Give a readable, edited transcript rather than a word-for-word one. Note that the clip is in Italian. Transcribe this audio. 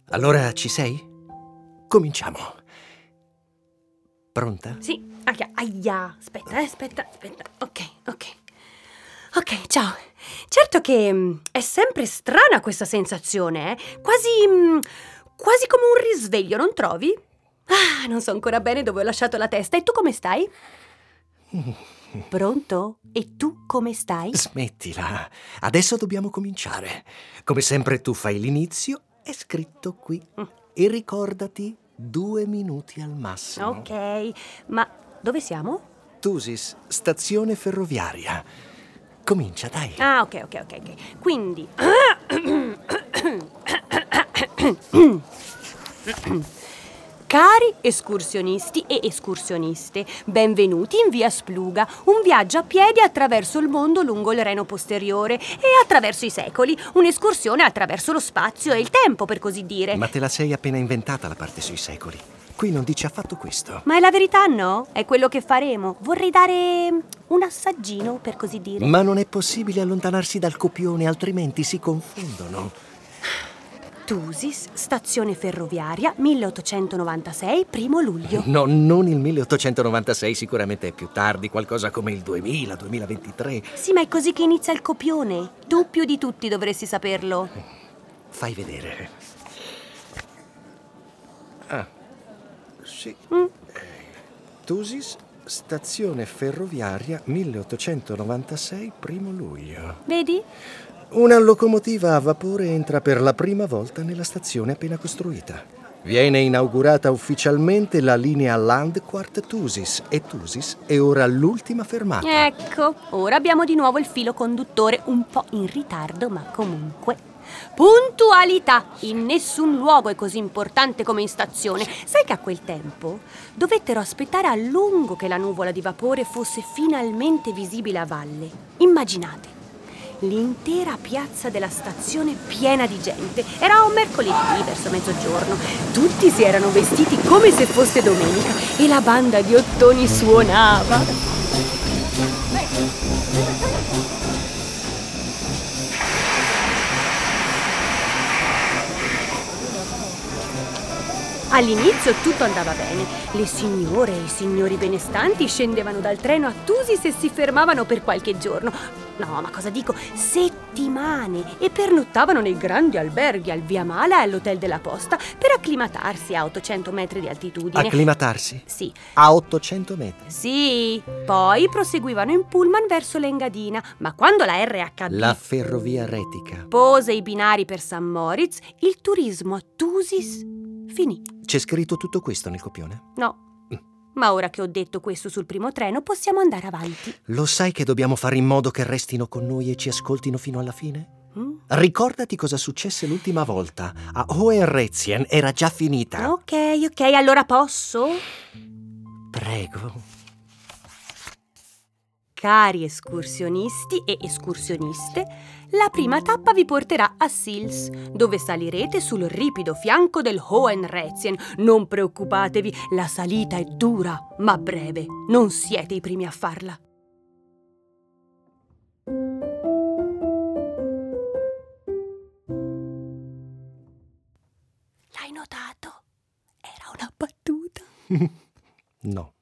Allora ci sei? Cominciamo. Pronta? Sì. Aia. Aspetta. Ok, ciao. Certo che è sempre strana questa sensazione, quasi come un risveglio, non trovi? Ah, non so ancora bene dove ho lasciato la testa. E tu come stai? Pronto? E tu come stai? Smettila. Adesso dobbiamo cominciare. Come sempre tu fai l'inizio, è scritto qui. E ricordati, 2 minuti al massimo. Ok, ma dove siamo? Tusis, stazione ferroviaria. Comincia, dai. Ah, ok. Quindi... Cari escursionisti e escursioniste, benvenuti in via Spluga, un viaggio a piedi attraverso il mondo lungo il Reno posteriore e attraverso i secoli, un'escursione attraverso lo spazio e il tempo, per così dire. Ma te la sei appena inventata la parte sui secoli. Qui non dice affatto questo. Ma è la verità, no? È quello che faremo. Vorrei dare un assaggino, per così dire. Ma non è possibile allontanarsi dal copione, altrimenti si confondono. Tusis, stazione ferroviaria, 1896, 1 luglio. No, non il 1896, sicuramente è più tardi, qualcosa come il 2000, 2023. Sì, ma è così che inizia il copione. Tu più di tutti dovresti saperlo. Fai vedere. Ah, sì. Tusis, stazione ferroviaria, 1896, 1 luglio. Vedi? Una locomotiva a vapore entra per la prima volta nella stazione appena costruita. Viene inaugurata ufficialmente la linea Landquart-Tusis e Tusis è ora l'ultima fermata. Ecco, ora abbiamo di nuovo il filo conduttore, un po' in ritardo, ma comunque. Puntualità! In nessun luogo è così importante come in stazione. Sai che a quel tempo dovettero aspettare a lungo che la nuvola di vapore fosse finalmente visibile a valle. Immaginate, l'intera piazza della stazione piena di gente. Era un mercoledì, verso mezzogiorno. Tutti si erano vestiti come se fosse domenica e la banda di ottoni suonava. All'inizio tutto andava bene. Le signore e i signori benestanti scendevano dal treno a Tusis e si fermavano per qualche giorno. No, ma cosa dico? Settimane! E pernottavano nei grandi alberghi al Via Mala e all'Hotel della Posta per acclimatarsi a 800 metri di altitudine. Acclimatarsi? Sì. A 800 metri? Sì. Poi proseguivano in pullman verso l'Engadina, ma quando la RHB... La ferrovia retica. Pose i binari per St. Moritz, il turismo a Tusis finì. C'è scritto tutto questo nel copione? No. Ma ora che ho detto questo sul primo treno, possiamo andare avanti. Lo sai che dobbiamo fare in modo che restino con noi e ci ascoltino fino alla fine? Ricordati cosa successe l'ultima volta. A Hohenrätien era già finita. Ok, allora posso? Prego. Cari escursionisti e escursioniste, la prima tappa vi porterà a Sils, dove salirete sul ripido fianco del Hohenrätien. Non preoccupatevi, la salita è dura, ma breve. Non siete i primi a farla. L'hai notato? Era una battuta. No.